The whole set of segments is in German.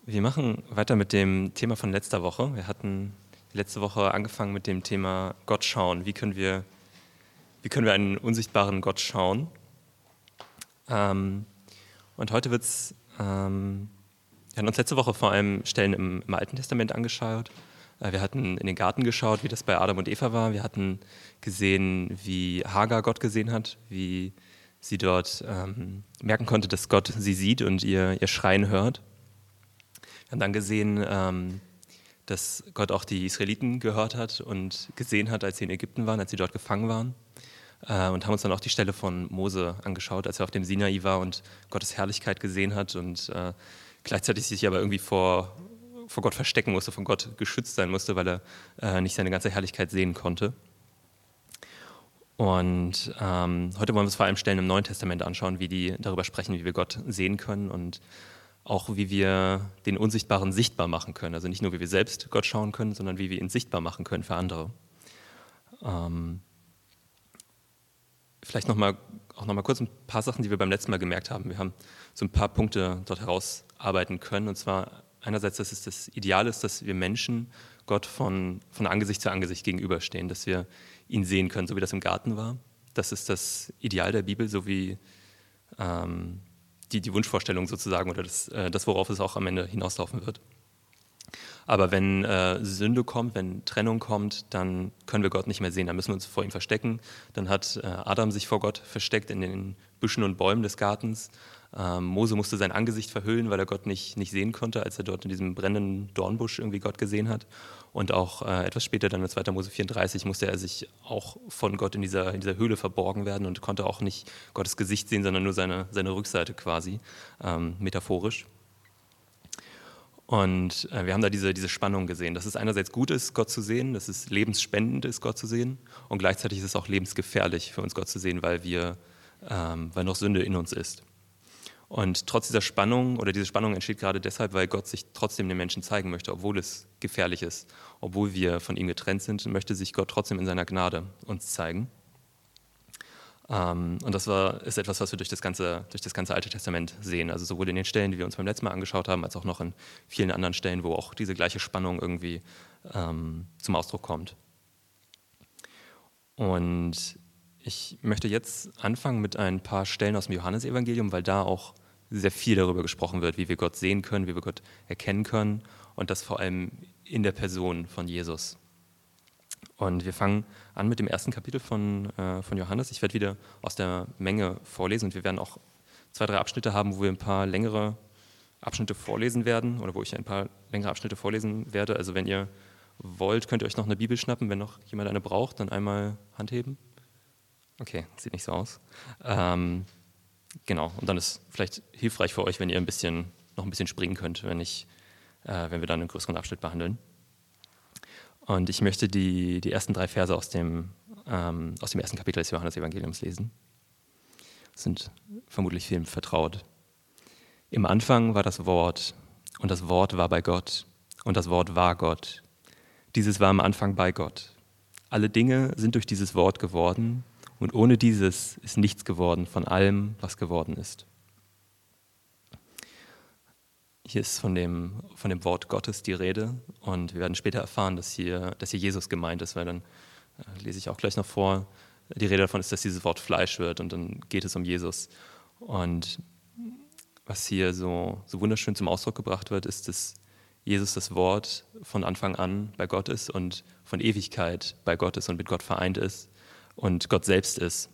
Wir machen weiter mit dem Thema von letzter Woche. Wir hatten letzte Woche angefangen mit dem Thema Gott schauen. Wie können wir einen unsichtbaren Gott schauen? Und heute wird es, wir haben uns letzte Woche vor allem Stellen im Alten Testament angeschaut. Wir hatten in den Garten geschaut, wie das bei Adam und Eva war. Wir hatten gesehen, wie Hagar Gott gesehen hat, wie sie dort merken konnte, dass Gott sie sieht und ihr Schreien hört. Wir haben dann gesehen, dass Gott auch die Israeliten gehört hat und gesehen hat, als sie in Ägypten waren, als sie dort gefangen waren. Und haben uns dann auch die Stelle von Mose angeschaut, als er auf dem Sinai war und Gottes Herrlichkeit gesehen hat und gleichzeitig sich aber irgendwie vor Gott verstecken musste, von Gott geschützt sein musste, weil er nicht seine ganze Herrlichkeit sehen konnte. Und heute wollen wir uns vor allem Stellen im Neuen Testament anschauen, wie die darüber sprechen, wie wir Gott sehen können und auch wie wir den Unsichtbaren sichtbar machen können. Also nicht nur, wie wir selbst Gott schauen können, sondern wie wir ihn sichtbar machen können für andere. Vielleicht noch mal kurz ein paar Sachen, die wir beim letzten Mal gemerkt haben. Wir haben so ein paar Punkte dort herausarbeiten können. Und zwar einerseits, dass es das Ideal ist, dass wir Menschen Gott von Angesicht zu Angesicht gegenüberstehen, dass wir ihn sehen können, so wie das im Garten war. Das ist das Ideal der Bibel, so wie die Wunschvorstellung sozusagen oder das, worauf es auch am Ende hinauslaufen wird. Aber wenn Sünde kommt, wenn Trennung kommt, dann können wir Gott nicht mehr sehen. Dann müssen wir uns vor ihm verstecken. Dann hat Adam sich vor Gott versteckt in den Büschen und Bäumen des Gartens. Mose musste sein Angesicht verhüllen, weil er Gott nicht sehen konnte, als er dort in diesem brennenden Dornbusch irgendwie Gott gesehen hat. Und auch etwas später, dann in 2. Mose 34, musste er sich auch von Gott in dieser Höhle verborgen werden und konnte auch nicht Gottes Gesicht sehen, sondern nur seine Rückseite quasi, metaphorisch. Und wir haben da diese Spannung gesehen, dass es einerseits gut ist, Gott zu sehen, dass es lebensspendend ist, Gott zu sehen, und gleichzeitig ist es auch lebensgefährlich für uns, Gott zu sehen, weil noch Sünde in uns ist. Und trotz dieser Spannung, oder diese Spannung entsteht gerade deshalb, weil Gott sich trotzdem den Menschen zeigen möchte, obwohl es gefährlich ist, obwohl wir von ihm getrennt sind, möchte sich Gott trotzdem in seiner Gnade uns zeigen. Und das ist etwas, was wir durch das ganze Alte Testament sehen. Also sowohl in den Stellen, die wir uns beim letzten Mal angeschaut haben, als auch noch in vielen anderen Stellen, wo auch diese gleiche Spannung irgendwie zum Ausdruck kommt. Und ich möchte jetzt anfangen mit ein paar Stellen aus dem Johannesevangelium, weil da auch sehr viel darüber gesprochen wird, wie wir Gott sehen können, wie wir Gott erkennen können, und das vor allem in der Person von Jesus. Und wir fangen an mit dem ersten Kapitel von Johannes. Ich werde wieder aus der Menge vorlesen und wir werden auch 2, 3 Abschnitte haben, wo wir ein paar längere Abschnitte vorlesen werden oder wo ich ein paar längere Abschnitte vorlesen werde. Also wenn ihr wollt, könnt ihr euch noch eine Bibel schnappen. Wenn noch jemand eine braucht, dann einmal Hand heben. Okay, sieht nicht so aus. Genau, und dann ist vielleicht hilfreich für euch, wenn ihr noch ein bisschen springen könnt, wenn wir dann einen größeren Abschnitt behandeln. Und ich möchte die ersten 3 Verse aus dem ersten Kapitel des Johannesevangeliums lesen. Das sind vermutlich vielen vertraut. Im Anfang war das Wort, und das Wort war bei Gott, und das Wort war Gott. Dieses war am Anfang bei Gott. Alle Dinge sind durch dieses Wort geworden, und ohne dieses ist nichts geworden von allem, was geworden ist. Hier ist von dem Wort Gottes die Rede, und wir werden später erfahren, dass hier Jesus gemeint ist, weil dann lese ich auch gleich noch vor, die Rede davon ist, dass dieses Wort Fleisch wird, und dann geht es um Jesus. Und was hier so wunderschön zum Ausdruck gebracht wird, ist, dass Jesus das Wort von Anfang an bei Gott ist und von Ewigkeit bei Gott ist und mit Gott vereint ist und Gott selbst ist.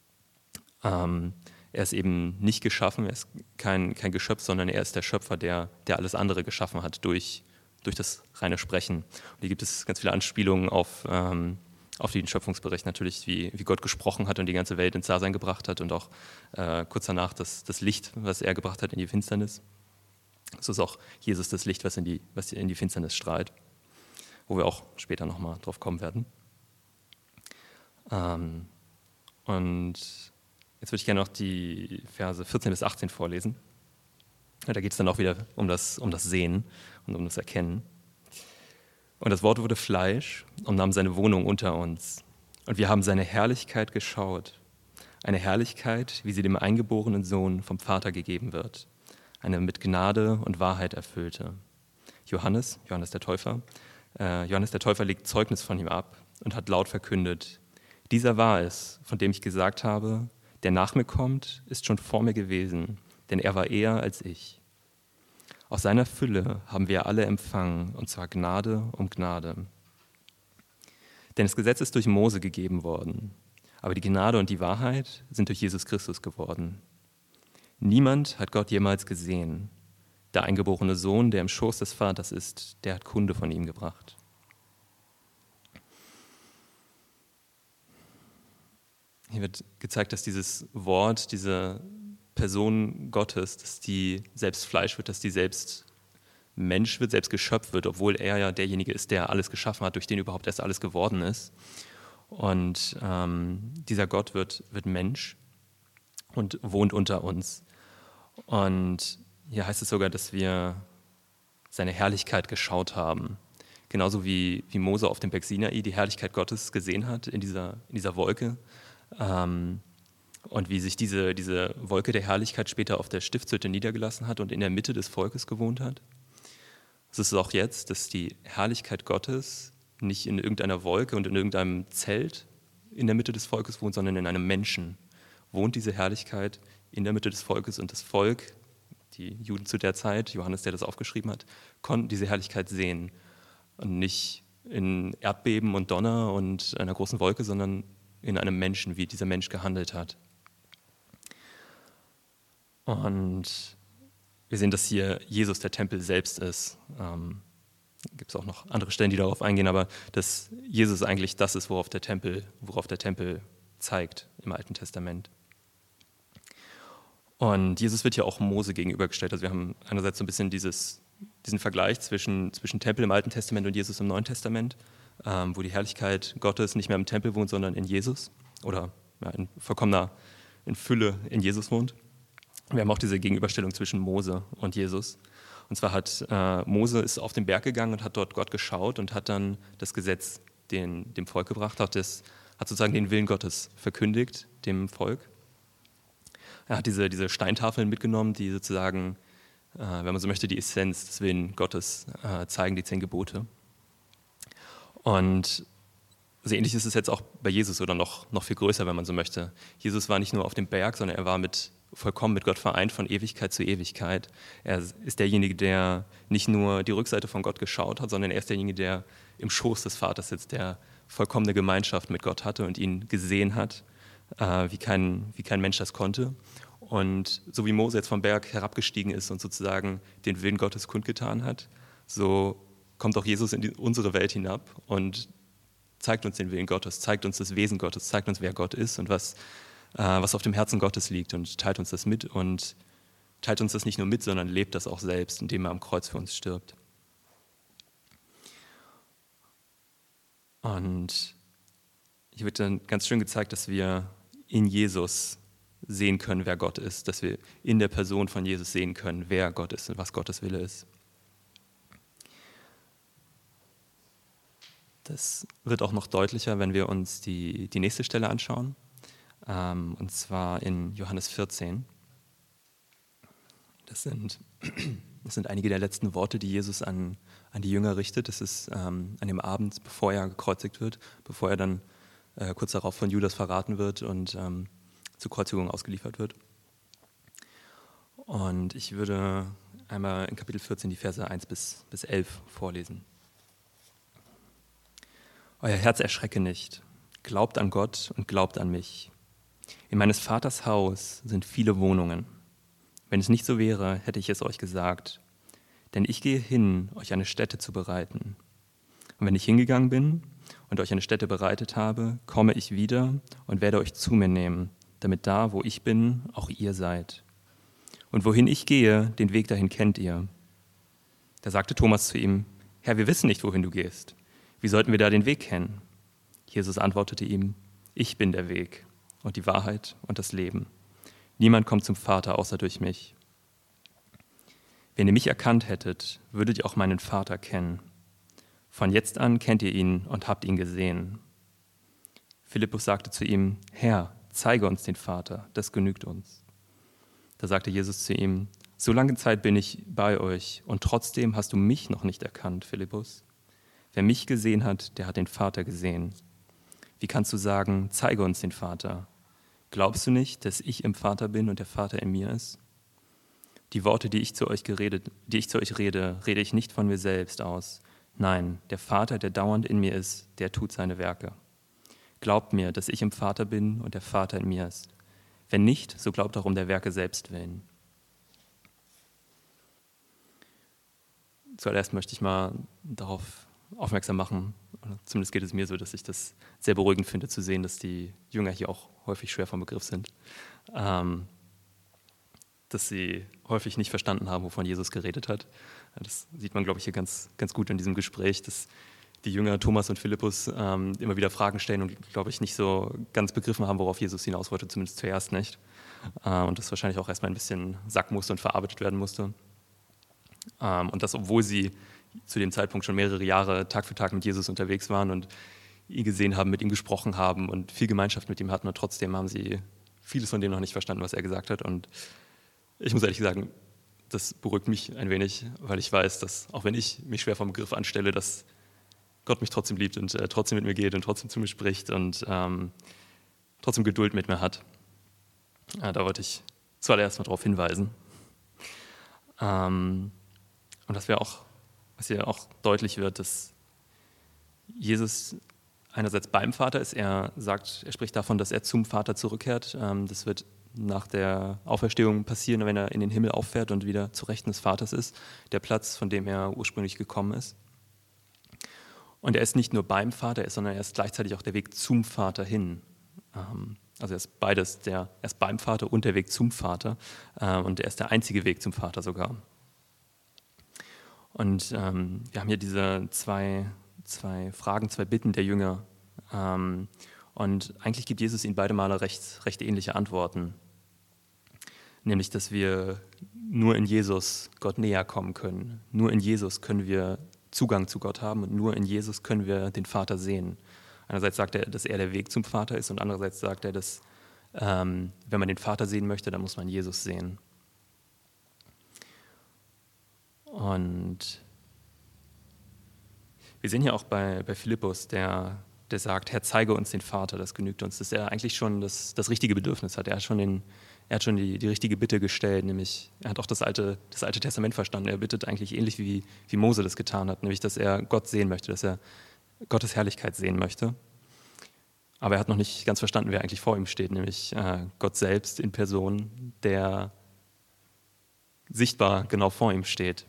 Er ist eben nicht geschaffen, er ist kein Geschöpf, sondern er ist der Schöpfer, der alles andere geschaffen hat durch das reine Sprechen. Und hier gibt es ganz viele Anspielungen auf den Schöpfungsbericht natürlich, wie Gott gesprochen hat und die ganze Welt ins Dasein gebracht hat, und auch kurz danach das Licht, was er gebracht hat in die Finsternis. So ist auch Jesus das Licht, was in die Finsternis strahlt, wo wir auch später nochmal drauf kommen werden. Und jetzt würde ich gerne noch die Verse 14 bis 18 vorlesen. Da geht es dann auch wieder um das Sehen und um das Erkennen. Und das Wort wurde Fleisch und nahm seine Wohnung unter uns. Und wir haben seine Herrlichkeit geschaut. Eine Herrlichkeit, wie sie dem eingeborenen Sohn vom Vater gegeben wird. eine mit Gnade und Wahrheit erfüllte. Johannes der Täufer legt Zeugnis von ihm ab und hat laut verkündet: Dieser war es, von dem ich gesagt habe, der nach mir kommt, ist schon vor mir gewesen, denn er war eher als ich. Aus seiner Fülle haben wir alle empfangen, und zwar Gnade um Gnade. Denn das Gesetz ist durch Mose gegeben worden, aber die Gnade und die Wahrheit sind durch Jesus Christus geworden. Niemand hat Gott jemals gesehen. Der eingeborene Sohn, der im Schoß des Vaters ist, der hat Kunde von ihm gebracht. Hier wird gezeigt, dass dieses Wort, diese Person Gottes, dass die selbst Fleisch wird, dass die selbst Mensch wird, selbst Geschöpf wird, obwohl er ja derjenige ist, der alles geschaffen hat, durch den überhaupt erst alles geworden ist. Und dieser Gott wird Mensch und wohnt unter uns. Und hier heißt es sogar, dass wir seine Herrlichkeit geschaut haben. Genauso wie Mose auf dem Berg Sinai die Herrlichkeit Gottes gesehen hat in dieser Wolke. Und wie sich diese Wolke der Herrlichkeit später auf der Stiftshütte niedergelassen hat und in der Mitte des Volkes gewohnt hat. So ist es auch jetzt, dass die Herrlichkeit Gottes nicht in irgendeiner Wolke und in irgendeinem Zelt in der Mitte des Volkes wohnt, sondern in einem Menschen wohnt diese Herrlichkeit in der Mitte des Volkes, und das Volk, die Juden zu der Zeit, Johannes, der das aufgeschrieben hat, konnten diese Herrlichkeit sehen. Und nicht in Erdbeben und Donner und einer großen Wolke, sondern in einem Menschen, wie dieser Mensch gehandelt hat. Und wir sehen, dass hier Jesus der Tempel selbst ist. Gibt es auch noch andere Stellen, die darauf eingehen, aber dass Jesus eigentlich das ist, worauf der Tempel zeigt im Alten Testament. Und Jesus wird ja auch Mose gegenübergestellt. Also wir haben einerseits so ein bisschen diesen Vergleich zwischen Tempel im Alten Testament und Jesus im Neuen Testament, wo die Herrlichkeit Gottes nicht mehr im Tempel wohnt, sondern in Jesus oder in Fülle in Jesus wohnt. Wir haben auch diese Gegenüberstellung zwischen Mose und Jesus. Und zwar hat Mose ist auf den Berg gegangen und hat dort Gott geschaut und hat dann das Gesetz dem Volk gebracht, hat sozusagen den Willen Gottes verkündigt dem Volk. Er hat diese Steintafeln mitgenommen, die sozusagen, wenn man so möchte, die Essenz des Willens Gottes zeigen, die 10 Gebote. Und so ähnlich ist es jetzt auch bei Jesus oder noch viel größer, wenn man so möchte. Jesus war nicht nur auf dem Berg, sondern er war vollkommen mit Gott vereint von Ewigkeit zu Ewigkeit. Er ist derjenige, der nicht nur die Rückseite von Gott geschaut hat, sondern er ist derjenige, der im Schoß des Vaters sitzt, der vollkommene Gemeinschaft mit Gott hatte und ihn gesehen hat, wie kein Mensch das konnte. Und so wie Mose jetzt vom Berg herabgestiegen ist und sozusagen den Willen Gottes kundgetan hat, so kommt auch Jesus in unsere Welt hinab und zeigt uns den Willen Gottes, zeigt uns das Wesen Gottes, zeigt uns, wer Gott ist und was auf dem Herzen Gottes liegt, und teilt uns das mit und teilt uns das nicht nur mit, sondern lebt das auch selbst, indem er am Kreuz für uns stirbt. Und hier wird dann ganz schön gezeigt, dass wir in Jesus sehen können, wer Gott ist, dass wir in der Person von Jesus sehen können, wer Gott ist und was Gottes Wille ist. Das wird auch noch deutlicher, wenn wir uns die nächste Stelle anschauen, und zwar in Johannes 14. Das sind einige der letzten Worte, die Jesus an die Jünger richtet. Das ist an dem Abend, bevor er gekreuzigt wird, bevor er dann kurz darauf von Judas verraten wird und zur Kreuzigung ausgeliefert wird. Und ich würde einmal in Kapitel 14 die Verse 1 bis 11 vorlesen. Euer Herz erschrecke nicht. Glaubt an Gott und glaubt an mich. In meines Vaters Haus sind viele Wohnungen. Wenn es nicht so wäre, hätte ich es euch gesagt. Denn ich gehe hin, euch eine Stätte zu bereiten. Und wenn ich hingegangen bin und euch eine Stätte bereitet habe, komme ich wieder und werde euch zu mir nehmen, damit da, wo ich bin, auch ihr seid. Und wohin ich gehe, den Weg dahin kennt ihr. Da sagte Thomas zu ihm: Herr, wir wissen nicht, wohin du gehst. Wie sollten wir da den Weg kennen? Jesus antwortete ihm: Ich bin der Weg und die Wahrheit und das Leben. Niemand kommt zum Vater außer durch mich. Wenn ihr mich erkannt hättet, würdet ihr auch meinen Vater kennen. Von jetzt an kennt ihr ihn und habt ihn gesehen. Philippus sagte zu ihm: Herr, zeige uns den Vater, das genügt uns. Da sagte Jesus zu ihm: So lange Zeit bin ich bei euch und trotzdem hast du mich noch nicht erkannt, Philippus. Wer mich gesehen hat, der hat den Vater gesehen. Wie kannst du sagen, zeige uns den Vater? Glaubst du nicht, dass ich im Vater bin und der Vater in mir ist? Die Worte, die ich zu euch rede, rede ich nicht von mir selbst aus. Nein, der Vater, der dauernd in mir ist, der tut seine Werke. Glaubt mir, dass ich im Vater bin und der Vater in mir ist. Wenn nicht, so glaubt auch um der Werke selbst willen. Zuallererst möchte ich mal darauf aufmerksam machen, oder zumindest geht es mir so, dass ich das sehr beruhigend finde, zu sehen, dass die Jünger hier auch häufig schwer vom Begriff sind. Dass sie häufig nicht verstanden haben, wovon Jesus geredet hat. Das sieht man, glaube ich, hier ganz, ganz gut in diesem Gespräch, dass die Jünger Thomas und Philippus immer wieder Fragen stellen und, glaube ich, nicht so ganz begriffen haben, worauf Jesus hinaus wollte, zumindest zuerst nicht. Und das wahrscheinlich auch erstmal ein bisschen sacken musste und verarbeitet werden musste. Und das, obwohl sie zu dem Zeitpunkt schon mehrere Jahre Tag für Tag mit Jesus unterwegs waren und ihn gesehen haben, mit ihm gesprochen haben und viel Gemeinschaft mit ihm hatten, und trotzdem haben sie vieles von dem noch nicht verstanden, was er gesagt hat. Und ich muss ehrlich sagen, das beruhigt mich ein wenig, weil ich weiß, dass, auch wenn ich mich schwer vom Begriff anstelle, dass Gott mich trotzdem liebt und trotzdem mit mir geht und trotzdem zu mir spricht und trotzdem Geduld mit mir hat. Da wollte ich zuallererst mal darauf hinweisen. Und was hier auch deutlich wird, dass Jesus einerseits beim Vater ist. Er spricht davon, dass er zum Vater zurückkehrt. Das wird nach der Auferstehung passieren, wenn er in den Himmel auffährt und wieder zu Rechten des Vaters ist, der Platz, von dem er ursprünglich gekommen ist. Und er ist nicht nur beim Vater, sondern er ist gleichzeitig auch der Weg zum Vater hin. Also er ist beides, er ist beim Vater und der Weg zum Vater. Und er ist der einzige Weg zum Vater sogar. Und wir haben hier diese zwei Fragen, zwei Bitten der Jünger. Und eigentlich gibt Jesus ihnen beide Male recht ähnliche Antworten. Nämlich, dass wir nur in Jesus Gott näher kommen können. Nur in Jesus können wir Zugang zu Gott haben und nur in Jesus können wir den Vater sehen. Einerseits sagt er, dass er der Weg zum Vater ist und andererseits sagt er, dass wenn man den Vater sehen möchte, dann muss man Jesus sehen. Und wir sehen hier auch bei Philippus, der sagt, Herr, zeige uns den Vater, das genügt uns, dass er eigentlich schon das richtige Bedürfnis hat. Er hat schon die richtige Bitte gestellt, nämlich er hat auch das Alte Testament verstanden. Er bittet eigentlich ähnlich wie Mose das getan hat, nämlich dass er Gott sehen möchte, dass er Gottes Herrlichkeit sehen möchte. Aber er hat noch nicht ganz verstanden, wer eigentlich vor ihm steht, nämlich Gott selbst in Person, der sichtbar genau vor ihm steht.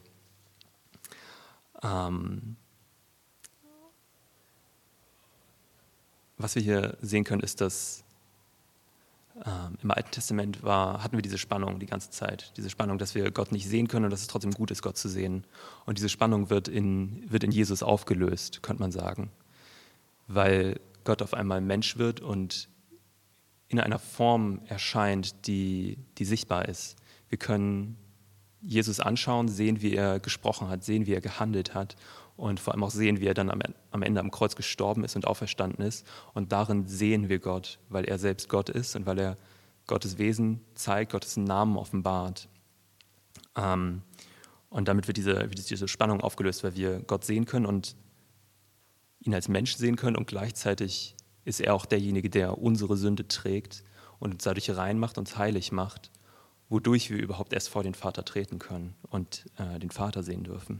Was wir hier sehen können, ist, dass im Alten Testament hatten wir diese Spannung die ganze Zeit. Diese Spannung, dass wir Gott nicht sehen können und dass es trotzdem gut ist, Gott zu sehen. Und diese Spannung wird in Jesus aufgelöst, könnte man sagen. Weil Gott auf einmal Mensch wird und in einer Form erscheint, die sichtbar ist. Wir können Jesus anschauen, sehen, wie er gesprochen hat, sehen, wie er gehandelt hat und vor allem auch sehen, wie er dann am Ende am Kreuz gestorben ist und auferstanden ist. Und darin sehen wir Gott, weil er selbst Gott ist und weil er Gottes Wesen zeigt, Gottes Namen offenbart. Und damit wird diese Spannung aufgelöst, weil wir Gott sehen können und ihn als Mensch sehen können und gleichzeitig ist er auch derjenige, der unsere Sünde trägt und uns dadurch rein macht, uns heilig macht, wodurch wir überhaupt erst vor den Vater treten können und den Vater sehen dürfen.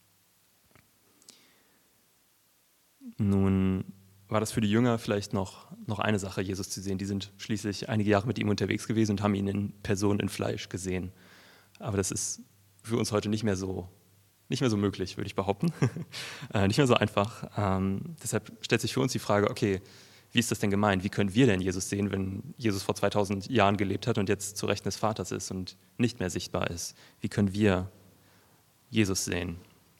Nun war das für die Jünger vielleicht noch eine Sache, Jesus zu sehen. Die sind schließlich einige Jahre mit ihm unterwegs gewesen und haben ihn in Person, in Fleisch gesehen. Aber das ist für uns heute nicht mehr so möglich, würde ich behaupten. Nicht mehr so einfach. Deshalb stellt sich für uns die Frage, okay, wie ist das denn gemeint? Wie können wir denn Jesus sehen, wenn Jesus vor 2000 Jahren gelebt hat und jetzt zu Rechten des Vaters ist und nicht mehr sichtbar ist? Wie können wir Jesus sehen?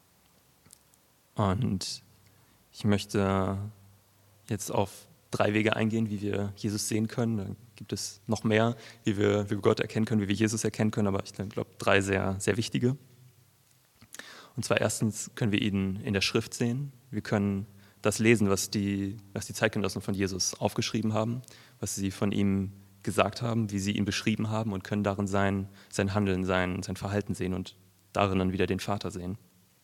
Und ich möchte jetzt auf 3 Wege eingehen, wie wir Jesus sehen können. Da gibt es noch mehr, wie wir Gott erkennen können, wie wir Jesus erkennen können, aber ich glaube 3 sehr, sehr wichtige. Und zwar erstens können wir ihn in der Schrift sehen. Wir können das lesen, was die Zeitgenossen von Jesus aufgeschrieben haben, was sie von ihm gesagt haben, wie sie ihn beschrieben haben und können darin sein Handeln, sein Verhalten sehen und darin dann wieder den Vater sehen.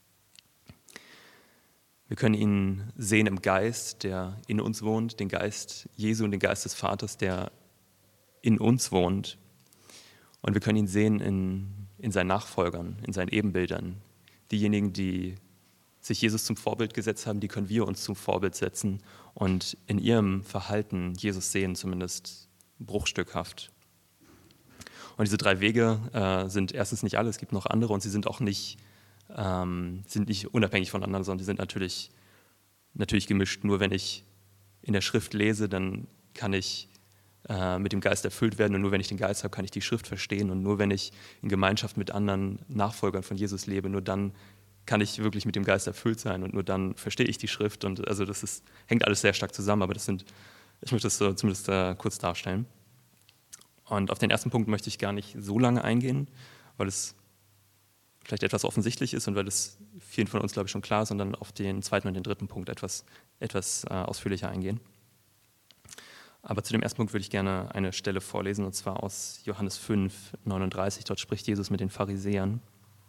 Wir können ihn sehen im Geist, der in uns wohnt, den Geist Jesu und den Geist des Vaters, der in uns wohnt. Und wir können ihn sehen in seinen Nachfolgern, in seinen Ebenbildern. Diejenigen, die sich Jesus zum Vorbild gesetzt haben, die können wir uns zum Vorbild setzen und in ihrem Verhalten Jesus sehen, zumindest bruchstückhaft. Und diese 3 Wege sind erstens nicht alle, es gibt noch andere und sie sind auch nicht unabhängig voneinander, sondern die sind natürlich gemischt. Nur wenn ich in der Schrift lese, dann kann ich mit dem Geist erfüllt werden und nur wenn ich den Geist habe, kann ich die Schrift verstehen und nur wenn ich in Gemeinschaft mit anderen Nachfolgern von Jesus lebe, nur dann kann ich wirklich mit dem Geist erfüllt sein und nur dann verstehe ich die Schrift und also hängt alles sehr stark zusammen, aber ich möchte das so zumindest kurz darstellen. Und auf den ersten Punkt möchte ich gar nicht so lange eingehen, weil es vielleicht etwas offensichtlich ist und weil es vielen von uns, glaube ich, schon klar ist, sondern auf den zweiten und den dritten Punkt etwas ausführlicher eingehen. Aber zu dem ersten Punkt würde ich gerne eine Stelle vorlesen, und zwar aus Johannes 5, 39. Dort spricht Jesus mit den Pharisäern.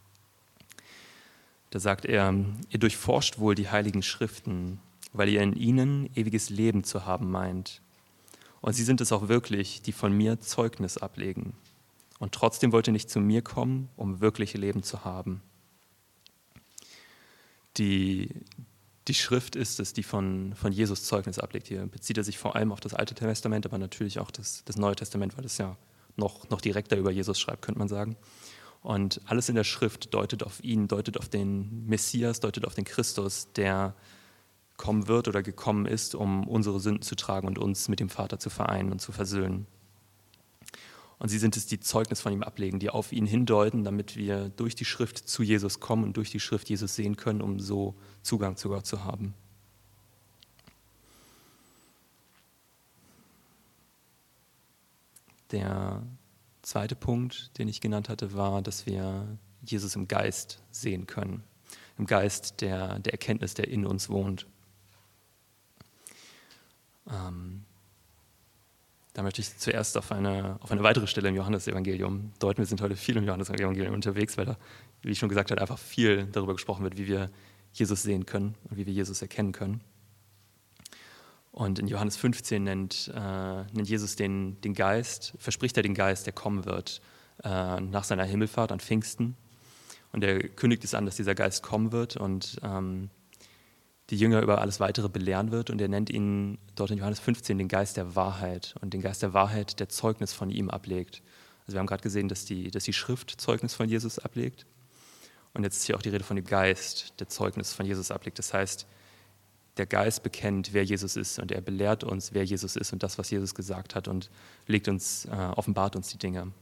Da sagt er, ihr durchforscht wohl die heiligen Schriften, weil ihr in ihnen ewiges Leben zu haben meint. Und sie sind es auch wirklich, die von mir Zeugnis ablegen. Und trotzdem wollt ihr nicht zu mir kommen, um wirkliche Leben zu haben. Die Schrift ist es, die von Jesus Zeugnis ablegt. Hier bezieht er sich vor allem auf das Alte Testament, aber natürlich auch das Neue Testament, weil es ja noch direkter über Jesus schreibt, könnte man sagen. Und alles in der Schrift deutet auf ihn, deutet auf den Messias, deutet auf den Christus, der kommen wird oder gekommen ist, um unsere Sünden zu tragen und uns mit dem Vater zu vereinen und zu versöhnen. Und sie sind es, die Zeugnis von ihm ablegen, die auf ihn hindeuten, damit wir durch die Schrift zu Jesus kommen und durch die Schrift Jesus sehen können, um so Zugang zu Gott zu haben. Der zweite Punkt, den ich genannt hatte, war, dass wir Jesus im Geist sehen können. Im Geist der Erkenntnis, der in uns wohnt. Da möchte ich zuerst auf eine weitere Stelle im Johannesevangelium deuten. Wir sind heute viel im Johannesevangelium unterwegs, weil da, wie ich schon gesagt habe, einfach viel darüber gesprochen wird, wie wir Jesus sehen können und wie wir Jesus erkennen können. Und in Johannes 15 nennt Jesus den Geist, verspricht er den Geist, der kommen wird nach seiner Himmelfahrt an Pfingsten. Und er kündigt es an, dass dieser Geist kommen wird und die Jünger über alles Weitere belehren wird. Und er nennt ihn dort in Johannes 15 den Geist der Wahrheit und den Geist der Wahrheit, der Zeugnis von ihm ablegt. Also wir haben gerade gesehen, dass die Schrift Zeugnis von Jesus ablegt. Und jetzt ist hier auch die Rede von dem Geist, der Zeugnis von Jesus ablegt. Das heißt, der Geist bekennt, wer Jesus ist und er belehrt uns, wer Jesus ist und das, was Jesus gesagt hat und offenbart uns die Dinge.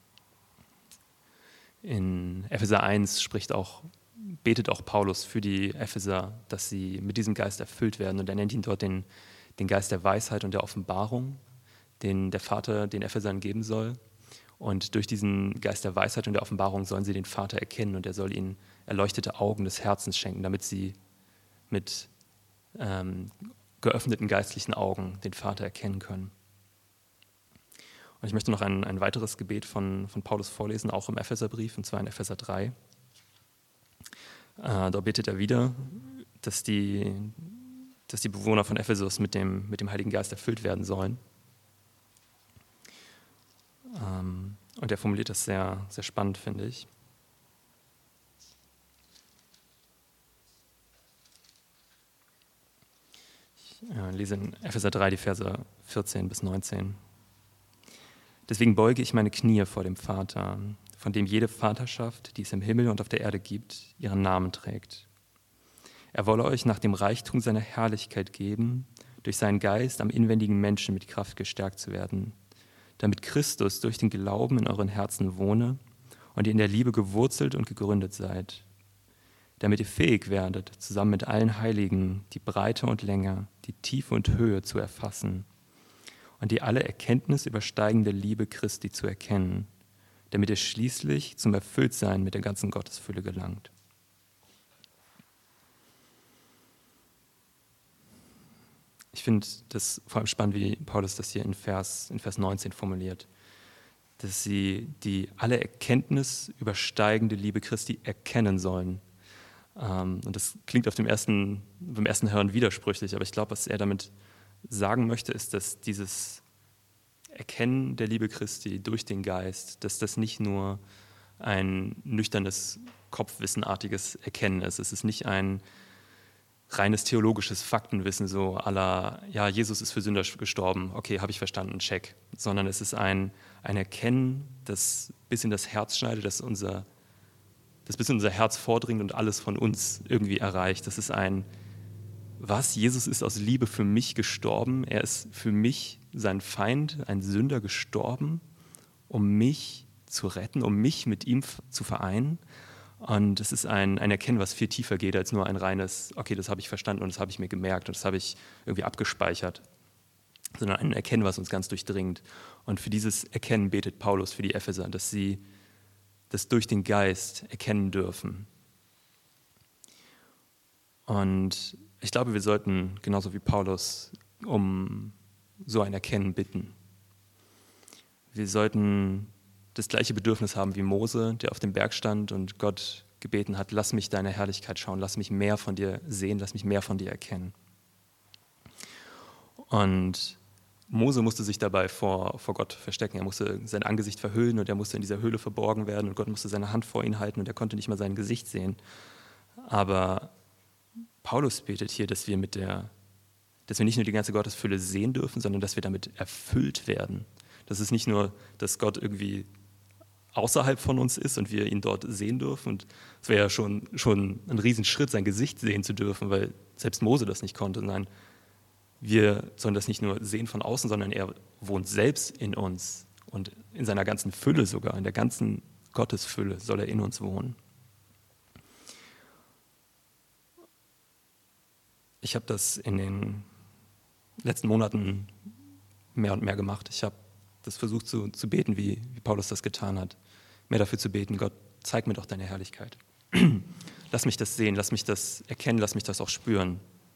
In Epheser 1 betet auch Paulus für die Epheser, dass sie mit diesem Geist erfüllt werden und er nennt ihn dort den Geist der Weisheit und der Offenbarung, den der Vater den Ephesern geben soll. Und durch diesen Geist der Weisheit und der Offenbarung sollen sie den Vater erkennen und er soll ihnen erleuchtete Augen des Herzens schenken, damit sie mit geöffneten geistlichen Augen den Vater erkennen können. Und ich möchte noch ein weiteres Gebet von Paulus vorlesen, auch im Epheserbrief, und zwar in Epheser 3. Da betet er wieder, dass die Bewohner von Ephesus mit dem Heiligen Geist erfüllt werden sollen. Und er formuliert das sehr, sehr spannend, finde ich. Ich lese in Epheser 3 die Verse 14 bis 19. Deswegen beuge ich meine Knie vor dem Vater, von dem jede Vaterschaft, die es im Himmel und auf der Erde gibt, ihren Namen trägt. Er wolle euch nach dem Reichtum seiner Herrlichkeit geben, durch seinen Geist am inwendigen Menschen mit Kraft gestärkt zu werden, damit Christus durch den Glauben in euren Herzen wohne und ihr in der Liebe gewurzelt und gegründet seid, damit ihr fähig werdet, zusammen mit allen Heiligen die Breite und Länge, die Tiefe und Höhe zu erfassen und die alle Erkenntnis übersteigende Liebe Christi zu erkennen, damit ihr schließlich zum Erfülltsein mit der ganzen Gottesfülle gelangt. Ich finde das vor allem spannend, wie Paulus das hier in Vers 19 formuliert, dass sie die alle Erkenntnis übersteigende Liebe Christi erkennen sollen. Und das klingt beim ersten Hören widersprüchlich, aber ich glaube, was er damit sagen möchte, ist, dass dieses Erkennen der Liebe Christi durch den Geist, dass das nicht nur ein nüchternes, kopfwissenartiges Erkennen ist. Es ist nicht ein reines theologisches Faktenwissen, so à la, ja, Jesus ist für Sünder gestorben, okay, habe ich verstanden, check. Sondern es ist ein Erkennen, das bis in das Herz schneidet, das bis in unser Herz vordringt und alles von uns irgendwie erreicht. Das ist was? Jesus ist aus Liebe für mich gestorben. Er ist für mich, sein Feind, ein Sünder, gestorben, um mich zu retten, um mich mit ihm zu vereinen. Und es ist ein Erkennen, was viel tiefer geht als nur ein reines, okay, das habe ich verstanden und das habe ich mir gemerkt und das habe ich irgendwie abgespeichert, sondern ein Erkennen, was uns ganz durchdringt. Und für dieses Erkennen betet Paulus für die Epheser, dass sie das durch den Geist erkennen dürfen. Und ich glaube, wir sollten genauso wie Paulus um so ein Erkennen bitten. Wir sollten das gleiche Bedürfnis haben wie Mose, der auf dem Berg stand und Gott gebeten hat, lass mich deine Herrlichkeit schauen, lass mich mehr von dir sehen, lass mich mehr von dir erkennen. Und Mose musste sich dabei vor Gott verstecken. Er musste sein Angesicht verhüllen und er musste in dieser Höhle verborgen werden und Gott musste seine Hand vor ihn halten und er konnte nicht mal sein Gesicht sehen. Aber Paulus betet hier, dass wir nicht nur die ganze Gottesfülle sehen dürfen, sondern dass wir damit erfüllt werden. Das ist nicht nur, dass Gott irgendwie außerhalb von uns ist und wir ihn dort sehen dürfen. Und es wäre ja schon ein Riesenschritt, sein Gesicht sehen zu dürfen, weil selbst Mose das nicht konnte. Nein, wir sollen das nicht nur sehen von außen, sondern er wohnt selbst in uns und in seiner ganzen Fülle sogar, in der ganzen Gottesfülle soll er in uns wohnen. Ich habe das in den letzten Monaten mehr und mehr gemacht. Ich habe das versucht zu beten, wie Paulus das getan hat. Mehr dafür zu beten, Gott, zeig mir doch deine Herrlichkeit. Lass mich das sehen, lass mich das erkennen, lass mich das auch spüren.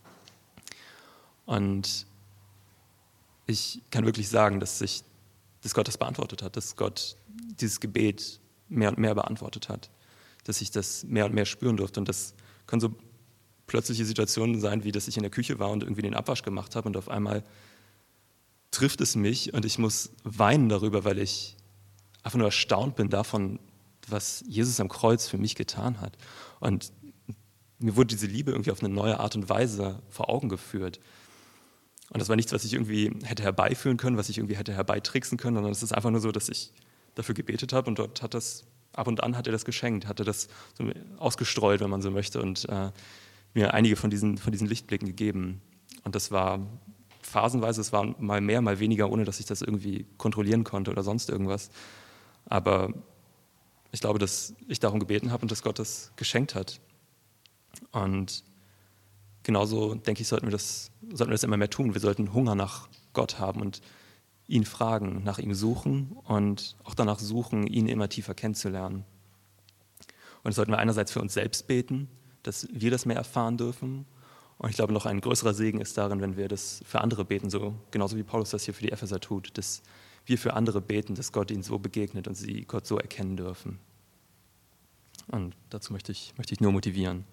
Und ich kann wirklich sagen, dass Gott das beantwortet hat, dass Gott dieses Gebet mehr und mehr beantwortet hat, dass ich das mehr und mehr spüren durfte. Und das können so plötzliche Situationen sein, wie dass ich in der Küche war und irgendwie den Abwasch gemacht habe und auf einmal trifft es mich und ich muss weinen darüber, weil ich einfach nur erstaunt bin davon, was Jesus am Kreuz für mich getan hat. Und mir wurde diese Liebe irgendwie auf eine neue Art und Weise vor Augen geführt. Und das war nichts, was ich irgendwie hätte herbeiführen können, was ich irgendwie hätte herbeitricksen können, sondern es ist einfach nur so, dass ich dafür gebetet habe und dort ab und an hat er das geschenkt, hat er das so ausgestreut, wenn man so möchte, und mir einige von diesen Lichtblicken gegeben. Und das war phasenweise, es war mal mehr, mal weniger, ohne dass ich das irgendwie kontrollieren konnte oder sonst irgendwas. Aber ich glaube, dass ich darum gebeten habe und dass Gott das geschenkt hat. Und genauso, denke ich, sollten wir das immer mehr tun. Wir sollten Hunger nach Gott haben und ihn fragen, nach ihm suchen und auch danach suchen, ihn immer tiefer kennenzulernen. Und das sollten wir einerseits für uns selbst beten, dass wir das mehr erfahren dürfen. Und ich glaube, noch ein größerer Segen ist darin, wenn wir das für andere beten, so genauso wie Paulus das hier für die Epheser tut, dass wir für andere beten, dass Gott ihnen so begegnet und sie Gott so erkennen dürfen. Und dazu möchte ich nur motivieren.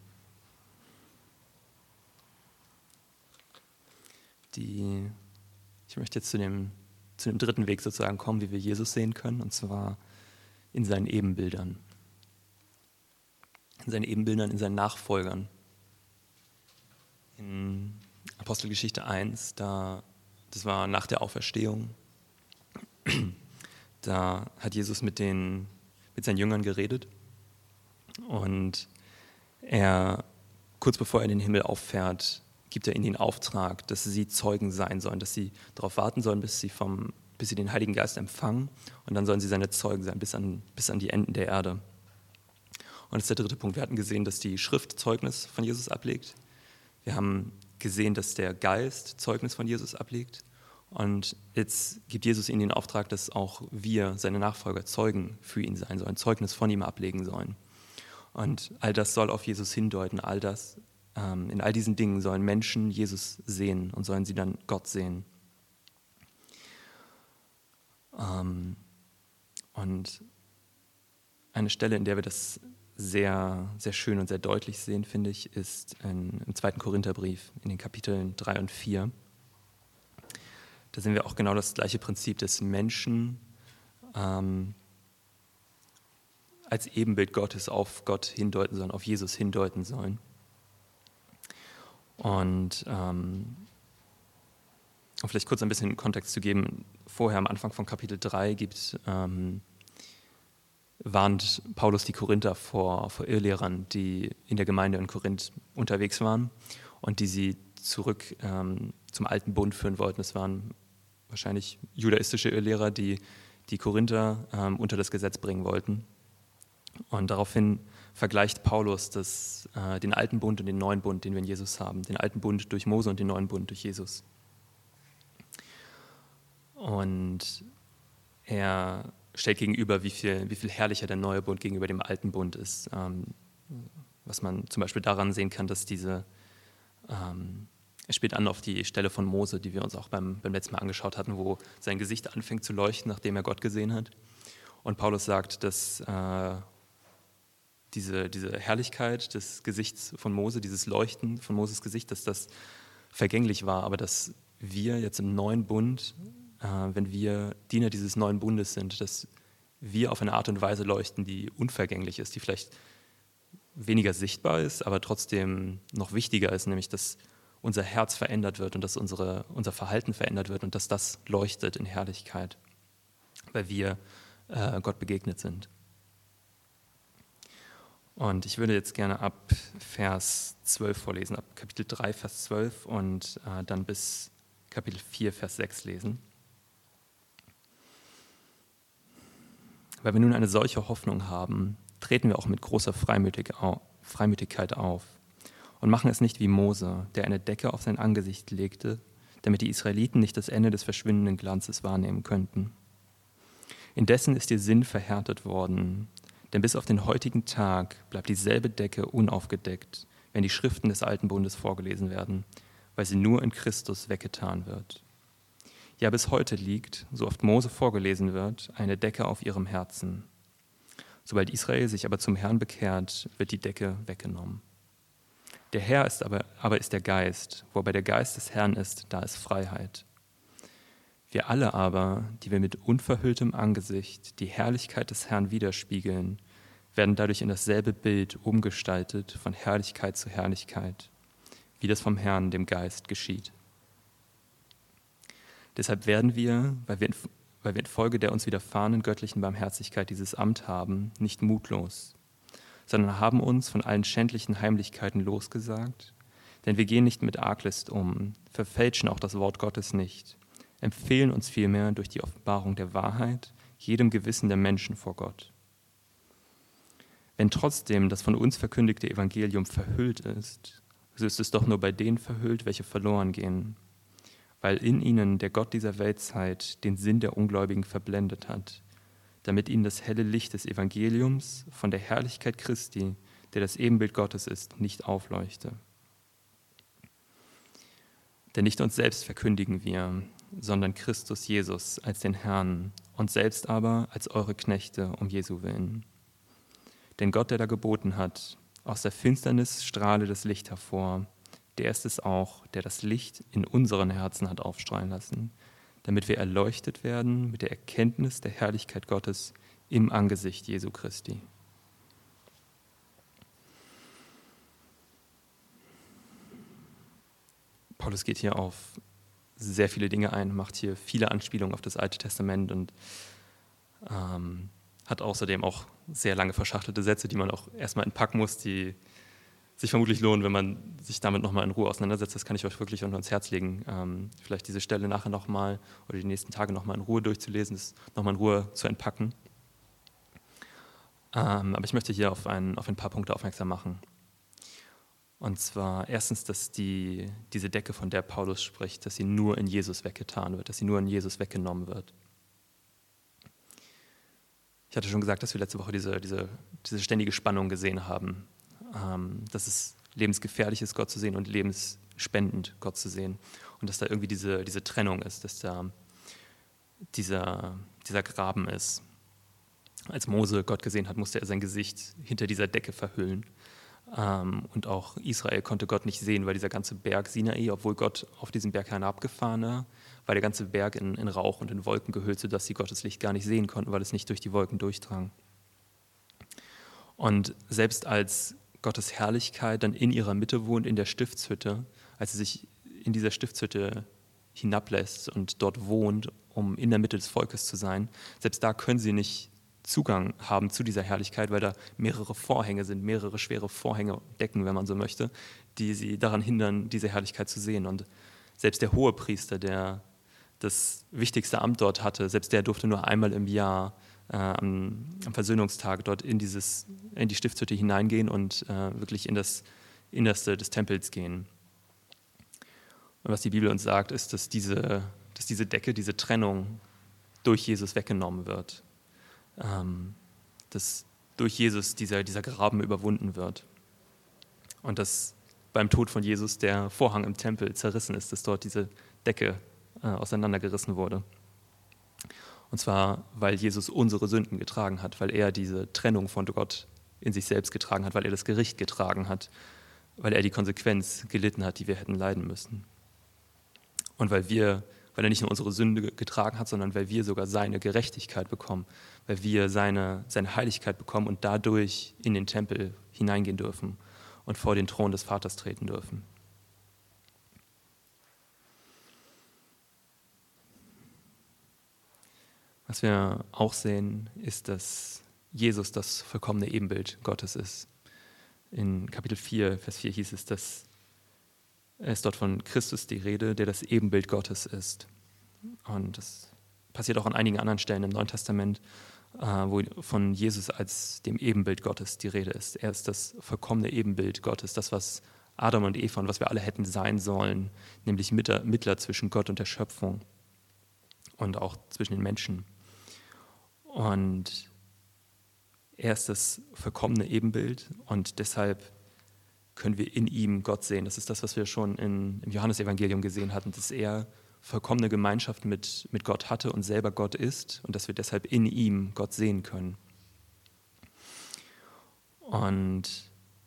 Ich möchte jetzt zu dem dritten Weg sozusagen kommen, wie wir Jesus sehen können, und zwar in seinen Ebenbildern. In seinen Ebenbildern, in seinen Nachfolgern. In Apostelgeschichte 1, das war nach der Auferstehung, da hat Jesus mit seinen Jüngern geredet und kurz bevor er in den Himmel auffährt, gibt er ihnen den Auftrag, dass sie Zeugen sein sollen, dass sie darauf warten sollen, bis sie den Heiligen Geist empfangen, und dann sollen sie seine Zeugen sein, bis an die Enden der Erde. Und das ist der dritte Punkt. Wir hatten gesehen, dass die Schrift Zeugnis von Jesus ablegt. Wir haben gesehen, dass der Geist Zeugnis von Jesus ablegt. Und jetzt gibt Jesus ihnen den Auftrag, dass auch wir, seine Nachfolger, Zeugen für ihn sein sollen, Zeugnis von ihm ablegen sollen. Und all das soll auf Jesus hindeuten. All das in all diesen Dingen sollen Menschen Jesus sehen und sollen sie dann Gott sehen. Und eine Stelle, in der wir das sehr, sehr schön und sehr deutlich sehen, finde ich, ist im 2. Korintherbrief, in den Kapiteln 3 und 4. Da sehen wir auch genau das gleiche Prinzip, dass Menschen als Ebenbild Gottes auf Gott hindeuten sollen, auf Jesus hindeuten sollen. Und um vielleicht kurz ein bisschen Kontext zu geben, vorher am Anfang von Kapitel 3 warnt Paulus die Korinther vor Irrlehrern, die in der Gemeinde in Korinth unterwegs waren und die sie zurück zum alten Bund führen wollten. Es waren wahrscheinlich judaistische Irrlehrer, die Korinther unter das Gesetz bringen wollten. Und daraufhin vergleicht Paulus den alten Bund und den neuen Bund, den wir in Jesus haben. Den alten Bund durch Mose und den neuen Bund durch Jesus. Und er stellt gegenüber, wie viel herrlicher der neue Bund gegenüber dem alten Bund ist. Was man zum Beispiel daran sehen kann, dass er spielt an auf die Stelle von Mose, die wir uns auch beim letzten Mal angeschaut hatten, wo sein Gesicht anfängt zu leuchten, nachdem er Gott gesehen hat. Und Paulus sagt, dass diese Herrlichkeit des Gesichts von Mose, dieses Leuchten von Moses Gesicht, dass das vergänglich war, aber dass wir jetzt im neuen Bund, wenn wir Diener dieses neuen Bundes sind, dass wir auf eine Art und Weise leuchten, die unvergänglich ist, die vielleicht weniger sichtbar ist, aber trotzdem noch wichtiger ist, nämlich dass unser Herz verändert wird und dass unser Verhalten verändert wird und dass das leuchtet in Herrlichkeit, weil wir Gott begegnet sind. Und ich würde jetzt gerne ab Vers 12 vorlesen, ab Kapitel 3, Vers 12 und dann bis Kapitel 4, Vers 6 lesen. Weil wir nun eine solche Hoffnung haben, treten wir auch mit großer Freimütigkeit auf und machen es nicht wie Mose, der eine Decke auf sein Angesicht legte, damit die Israeliten nicht das Ende des verschwindenden Glanzes wahrnehmen könnten. Indessen ist ihr Sinn verhärtet worden, denn bis auf den heutigen Tag bleibt dieselbe Decke unaufgedeckt, wenn die Schriften des alten Bundes vorgelesen werden, weil sie nur in Christus weggetan wird. Ja, bis heute liegt, so oft Mose vorgelesen wird, eine Decke auf ihrem Herzen. Sobald Israel sich aber zum Herrn bekehrt, wird die Decke weggenommen. Der Herr ist aber ist der Geist, wobei der Geist des Herrn ist, da ist Freiheit. Wir alle aber, die wir mit unverhülltem Angesicht die Herrlichkeit des Herrn widerspiegeln, werden dadurch in dasselbe Bild umgestaltet von Herrlichkeit zu Herrlichkeit, wie das vom Herrn, dem Geist, geschieht. Deshalb werden wir, weil wir infolge der uns widerfahrenen göttlichen Barmherzigkeit dieses Amt haben, nicht mutlos, sondern haben uns von allen schändlichen Heimlichkeiten losgesagt, denn wir gehen nicht mit Arglist um, verfälschen auch das Wort Gottes nicht, empfehlen uns vielmehr durch die Offenbarung der Wahrheit jedem Gewissen der Menschen vor Gott. Wenn trotzdem das von uns verkündigte Evangelium verhüllt ist, so ist es doch nur bei denen verhüllt, welche verloren gehen, weil in ihnen der Gott dieser Weltzeit den Sinn der Ungläubigen verblendet hat, damit ihnen das helle Licht des Evangeliums von der Herrlichkeit Christi, der das Ebenbild Gottes ist, nicht aufleuchte. Denn nicht uns selbst verkündigen wir, sondern Christus Jesus als den Herrn, uns selbst aber als eure Knechte um Jesu willen. Denn Gott, der da geboten hat, aus der Finsternis strahle das Licht hervor, der ist es auch, der das Licht in unseren Herzen hat aufstrahlen lassen, damit wir erleuchtet werden mit der Erkenntnis der Herrlichkeit Gottes im Angesicht Jesu Christi. Paulus geht hier auf sehr viele Dinge ein, macht hier viele Anspielungen auf das Alte Testament und hat außerdem auch sehr lange verschachtelte Sätze, die man auch erstmal entpacken muss, die sich vermutlich lohnen, wenn man sich damit nochmal in Ruhe auseinandersetzt. Das kann ich euch wirklich unter ans Herz legen. Vielleicht diese Stelle nachher nochmal oder die nächsten Tage nochmal in Ruhe durchzulesen, das nochmal in Ruhe zu entpacken. Aber ich möchte hier auf ein paar Punkte aufmerksam machen. Und zwar erstens, dass diese Decke, von der Paulus spricht, dass sie nur in Jesus weggetan wird, dass sie nur in Jesus weggenommen wird. Ich hatte schon gesagt, dass wir letzte Woche diese ständige Spannung gesehen haben. Dass es lebensgefährlich ist, Gott zu sehen, und lebensspendend, Gott zu sehen. Und dass da irgendwie diese Trennung ist, dass da dieser Graben ist. Als Mose Gott gesehen hat, musste er sein Gesicht hinter dieser Decke verhüllen. Und auch Israel konnte Gott nicht sehen, weil dieser ganze Berg Sinai, obwohl Gott auf diesen Berg hinabgefahren war der ganze Berg in Rauch und in Wolken gehüllt, sodass sie Gottes Licht gar nicht sehen konnten, weil es nicht durch die Wolken durchdrang. Und selbst als Gottes Herrlichkeit dann in ihrer Mitte wohnt, in der Stiftshütte, als sie sich in dieser Stiftshütte hinablässt und dort wohnt, um in der Mitte des Volkes zu sein, selbst da können sie nicht Zugang haben zu dieser Herrlichkeit, weil da mehrere Vorhänge sind, mehrere schwere Vorhänge, Decken, wenn man so möchte, die sie daran hindern, diese Herrlichkeit zu sehen. Und selbst der Hohepriester, der das wichtigste Amt dort hatte, selbst der durfte nur einmal im Jahr am Versöhnungstag dort in die Stiftshütte hineingehen und wirklich in das Innerste des Tempels gehen. Und was die Bibel uns sagt, ist, dass diese Decke, diese Trennung durch Jesus weggenommen wird. Dass durch Jesus dieser Graben überwunden wird. Und dass beim Tod von Jesus der Vorhang im Tempel zerrissen ist, dass dort diese Decke auseinandergerissen wurde. Und zwar, weil Jesus unsere Sünden getragen hat, weil er diese Trennung von Gott in sich selbst getragen hat, weil er das Gericht getragen hat, weil er die Konsequenz gelitten hat, die wir hätten leiden müssen. Und weil er nicht nur unsere Sünde getragen hat, sondern weil wir sogar seine Gerechtigkeit bekommen, weil wir seine Heiligkeit bekommen und dadurch in den Tempel hineingehen dürfen und vor den Thron des Vaters treten dürfen. Was wir auch sehen, ist, dass Jesus das vollkommene Ebenbild Gottes ist. In Kapitel 4, Vers 4 hieß es, dass es dort von Christus die Rede, der das Ebenbild Gottes ist. Und das passiert auch an einigen anderen Stellen im Neuen Testament, wo von Jesus als dem Ebenbild Gottes die Rede ist. Er ist das vollkommene Ebenbild Gottes, das, was Adam und Eva und was wir alle hätten sein sollen, nämlich Mittler zwischen Gott und der Schöpfung und auch zwischen den Menschen. Und er ist das vollkommene Ebenbild und deshalb können wir in ihm Gott sehen. Das ist das, was wir schon im Johannesevangelium gesehen hatten, dass er vollkommene Gemeinschaft mit Gott hatte und selber Gott ist und dass wir deshalb in ihm Gott sehen können. Und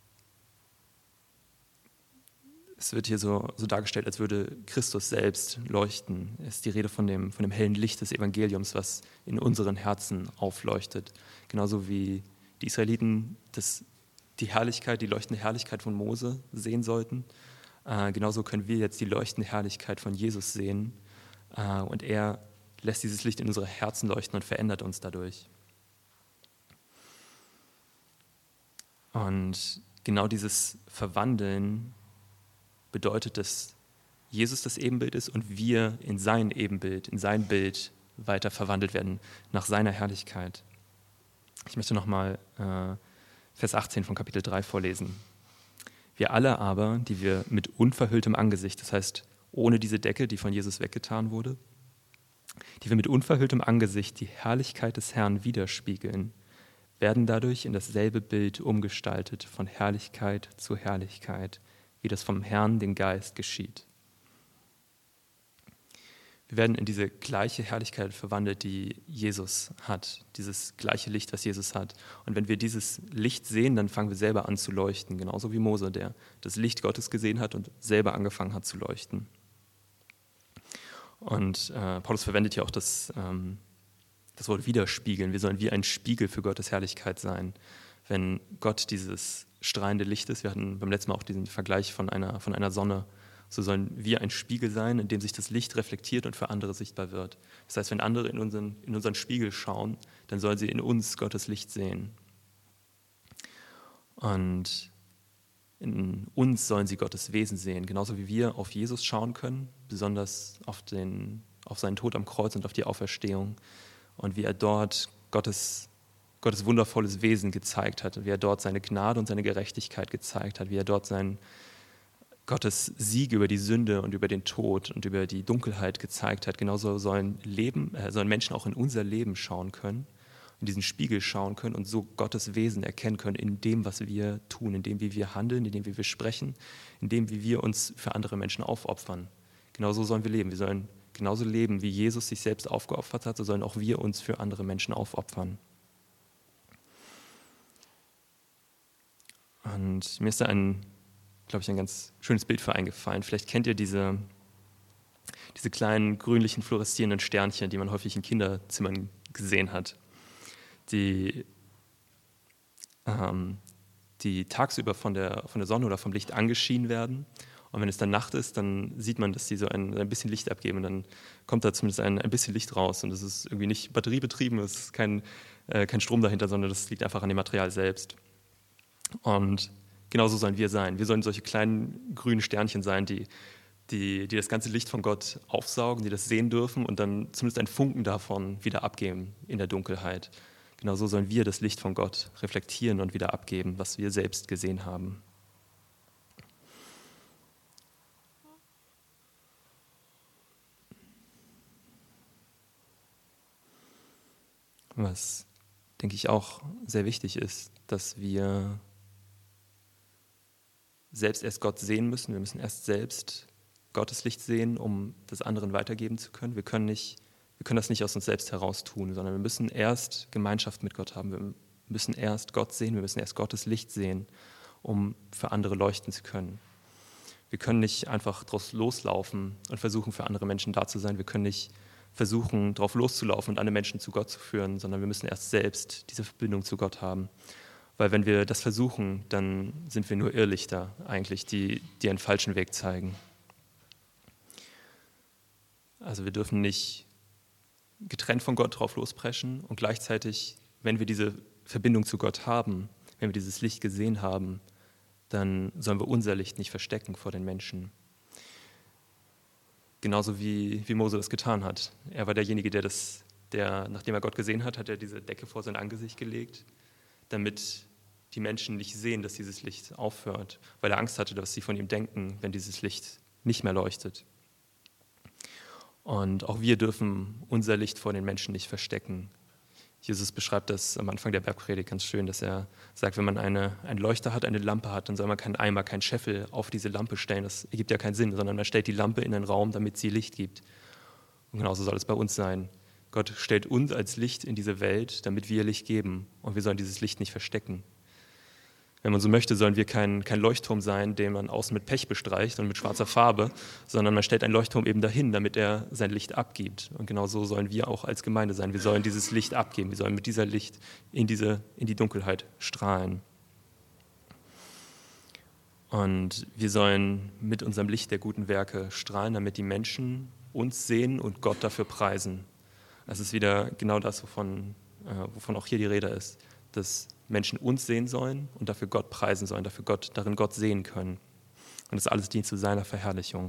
es wird hier so dargestellt, als würde Christus selbst leuchten. Es ist die Rede von dem hellen Licht des Evangeliums, was in unseren Herzen aufleuchtet. Genauso wie die Israeliten die leuchtende Herrlichkeit von Mose sehen sollten. Genauso können wir jetzt die leuchtende Herrlichkeit von Jesus sehen. Und er lässt dieses Licht in unsere Herzen leuchten und verändert uns dadurch. Und genau dieses Verwandeln bedeutet, dass Jesus das Ebenbild ist und wir in sein Ebenbild, in sein Bild weiter verwandelt werden nach seiner Herrlichkeit. Ich möchte nochmal Vers 18 von Kapitel 3 vorlesen. Wir alle aber, die wir mit unverhülltem Angesicht, das heißt ohne diese Decke, die von Jesus weggetan wurde, die wir mit unverhülltem Angesicht die Herrlichkeit des Herrn widerspiegeln, werden dadurch in dasselbe Bild umgestaltet von Herrlichkeit zu Herrlichkeit, wie das vom Herrn, dem Geist, geschieht. Wir werden in diese gleiche Herrlichkeit verwandelt, die Jesus hat, dieses gleiche Licht, was Jesus hat. Und wenn wir dieses Licht sehen, dann fangen wir selber an zu leuchten, genauso wie Mose, der das Licht Gottes gesehen hat und selber angefangen hat zu leuchten. Und Paulus verwendet hier auch das Wort widerspiegeln. Wir sollen wie ein Spiegel für Gottes Herrlichkeit sein. Wenn Gott dieses strahlende Licht ist, wir hatten beim letzten Mal auch diesen Vergleich von einer Sonne, so sollen wir ein Spiegel sein, in dem sich das Licht reflektiert und für andere sichtbar wird. Das heißt, wenn andere in unseren Spiegel schauen, dann sollen sie in uns Gottes Licht sehen. Und in uns sollen sie Gottes Wesen sehen, genauso wie wir auf Jesus schauen können, besonders auf seinen Tod am Kreuz und auf die Auferstehung und wie er dort Gottes wundervolles Wesen gezeigt hat, wie er dort seine Gnade und seine Gerechtigkeit gezeigt hat, wie er dort Gottes Sieg über die Sünde und über den Tod und über die Dunkelheit gezeigt hat. Genauso sollen Menschen auch in unser Leben schauen können, in diesen Spiegel schauen können und so Gottes Wesen erkennen können in dem, was wir tun, in dem, wie wir handeln, in dem, wie wir sprechen, in dem, wie wir uns für andere Menschen aufopfern. Genauso sollen wir leben. Wir sollen genauso leben, wie Jesus sich selbst aufgeopfert hat, so sollen auch wir uns für andere Menschen aufopfern. Und mir ist da ein ganz schönes Bild für eingefallen. Vielleicht kennt ihr diese kleinen grünlichen, fluoreszierenden Sternchen, die man häufig in Kinderzimmern gesehen hat, die tagsüber von der Sonne oder vom Licht angeschienen werden. Und wenn es dann Nacht ist, dann sieht man, dass die so ein bisschen Licht abgeben. Und dann kommt da zumindest ein bisschen Licht raus. Und das ist irgendwie nicht batteriebetrieben, es ist kein Strom dahinter, sondern das liegt einfach an dem Material selbst. Und genauso sollen wir sein. Wir sollen solche kleinen grünen Sternchen sein, die das ganze Licht von Gott aufsaugen, die das sehen dürfen und dann zumindest einen Funken davon wieder abgeben in der Dunkelheit. Genauso sollen wir das Licht von Gott reflektieren und wieder abgeben, was wir selbst gesehen haben. Was, denke ich, auch sehr wichtig ist, dass wir selbst erst Gott sehen müssen. Wir müssen erst selbst Gottes Licht sehen, um das anderen weitergeben zu können. Wir können das nicht aus uns selbst heraus tun, sondern wir müssen erst Gemeinschaft mit Gott haben. Wir müssen erst Gott sehen, wir müssen erst Gottes Licht sehen, um für andere leuchten zu können. Wir können nicht einfach draus loslaufen und versuchen, für andere Menschen da zu sein. Wir können nicht versuchen, drauf loszulaufen und andere Menschen zu Gott zu führen, sondern wir müssen erst selbst diese Verbindung zu Gott haben. Weil wenn wir das versuchen, dann sind wir nur Irrlichter eigentlich, die einen falschen Weg zeigen. Also wir dürfen nicht getrennt von Gott drauf lospreschen und gleichzeitig, wenn wir diese Verbindung zu Gott haben, wenn wir dieses Licht gesehen haben, dann sollen wir unser Licht nicht verstecken vor den Menschen. Genauso wie Mose das getan hat. Er war derjenige, der, nachdem er Gott gesehen hat, hat er diese Decke vor sein Angesicht gelegt, damit die Menschen nicht sehen, dass dieses Licht aufhört, weil er Angst hatte, dass sie von ihm denken, wenn dieses Licht nicht mehr leuchtet. Und auch wir dürfen unser Licht vor den Menschen nicht verstecken. Jesus beschreibt das am Anfang der Bergpredigt ganz schön, dass er sagt, wenn man einen Leuchter hat, eine Lampe hat, dann soll man keinen Eimer, keinen Scheffel auf diese Lampe stellen. Das ergibt ja keinen Sinn, sondern man stellt die Lampe in den Raum, damit sie Licht gibt. Und genauso soll es bei uns sein. Gott stellt uns als Licht in diese Welt, damit wir Licht geben. Und wir sollen dieses Licht nicht verstecken. Wenn man so möchte, sollen wir kein Leuchtturm sein, den man außen mit Pech bestreicht und mit schwarzer Farbe, sondern man stellt einen Leuchtturm eben dahin, damit er sein Licht abgibt. Und genau so sollen wir auch als Gemeinde sein. Wir sollen dieses Licht abgeben. Wir sollen mit dieser Licht in die Dunkelheit strahlen. Und wir sollen mit unserem Licht der guten Werke strahlen, damit die Menschen uns sehen und Gott dafür preisen. Das ist wieder genau das, wovon auch hier die Rede ist, dass Menschen uns sehen sollen und dafür Gott preisen sollen, darin Gott sehen können. Und das alles dient zu seiner Verherrlichung.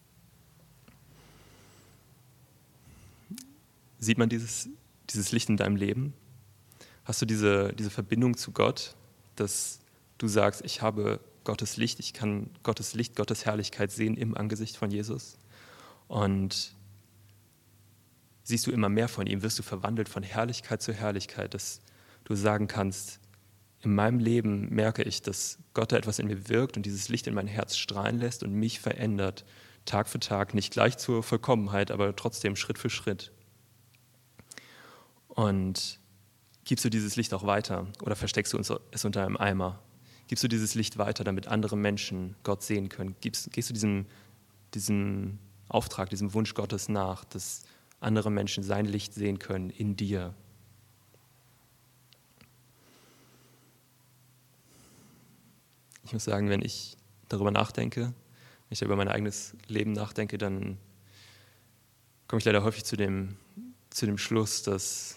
Sieht man dieses Licht in deinem Leben? Hast du diese Verbindung zu Gott, dass du sagst, ich habe Gottes Licht, ich kann Gottes Licht, Gottes Herrlichkeit sehen im Angesicht von Jesus? Und siehst du immer mehr von ihm, wirst du verwandelt von Herrlichkeit zu Herrlichkeit, dass du sagen kannst, in meinem Leben merke ich, dass Gott da etwas in mir wirkt und dieses Licht in mein Herz strahlen lässt und mich verändert, Tag für Tag, nicht gleich zur Vollkommenheit, aber trotzdem Schritt für Schritt. Und gibst du dieses Licht auch weiter oder versteckst du es unter einem Eimer? Gibst du dieses Licht weiter, damit andere Menschen Gott sehen können? Gehst du diesem Auftrag, diesem Wunsch Gottes nach, dass andere Menschen sein Licht sehen können in dir? Ich muss sagen, wenn ich darüber nachdenke, wenn ich über mein eigenes Leben nachdenke, dann komme ich leider häufig zu dem Schluss, dass